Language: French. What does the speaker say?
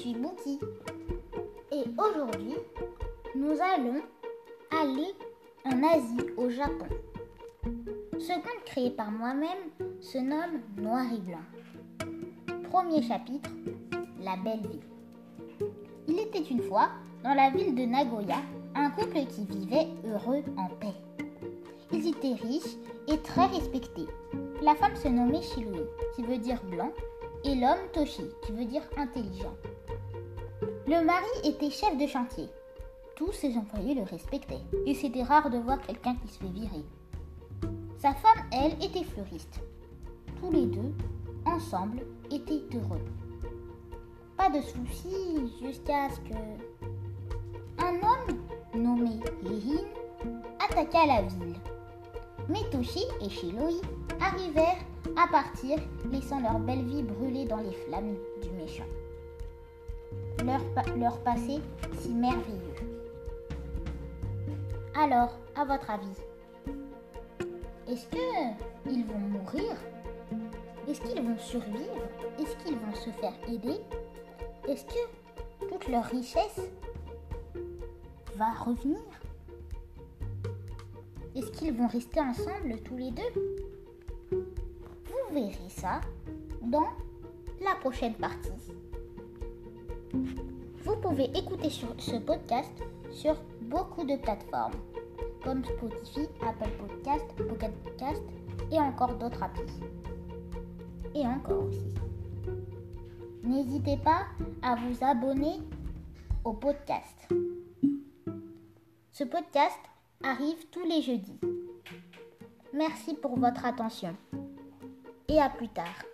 suis Bouki et aujourd'hui, nous allons aller en Asie, au Japon. Ce conte créé par moi-même se nomme Noir et Blanc. Premier chapitre, la belle vie. Il était une fois, dans la ville de Nagoya, un couple qui vivait heureux en paix. Ils étaient riches et très respectés. La femme se nommait Shiroi, qui veut dire blanc, et l'homme Toshi, qui veut dire intelligent. Le mari était chef de chantier. Tous ses employés le respectaient, et c'était rare de voir quelqu'un qui se fait virer. Sa femme, elle, était fleuriste. Tous les deux, ensemble, étaient heureux. Pas de soucis jusqu'à ce que un homme nommé Heihin attaqua la ville. Mais Toshi et Shiroi arrivèrent à partir, laissant leur belle vie brûler dans les flammes du méchant. Leur passé si merveilleux. Alors, à votre avis, est-ce qu'ils vont mourir? Est-ce qu'ils vont survivre? Est-ce qu'ils vont se faire aider? Est-ce que toute leur richesse va revenir? Est-ce qu'ils vont rester ensemble tous les deux? Vous verrez ça dans la prochaine partie. Vous pouvez écouter ce podcast sur beaucoup de plateformes comme Spotify, Apple Podcast, Pocket Cast et encore d'autres applis. Et encore aussi. N'hésitez pas à vous abonner au podcast. Ce podcast arrive tous les jeudis. Merci pour votre attention et à plus tard.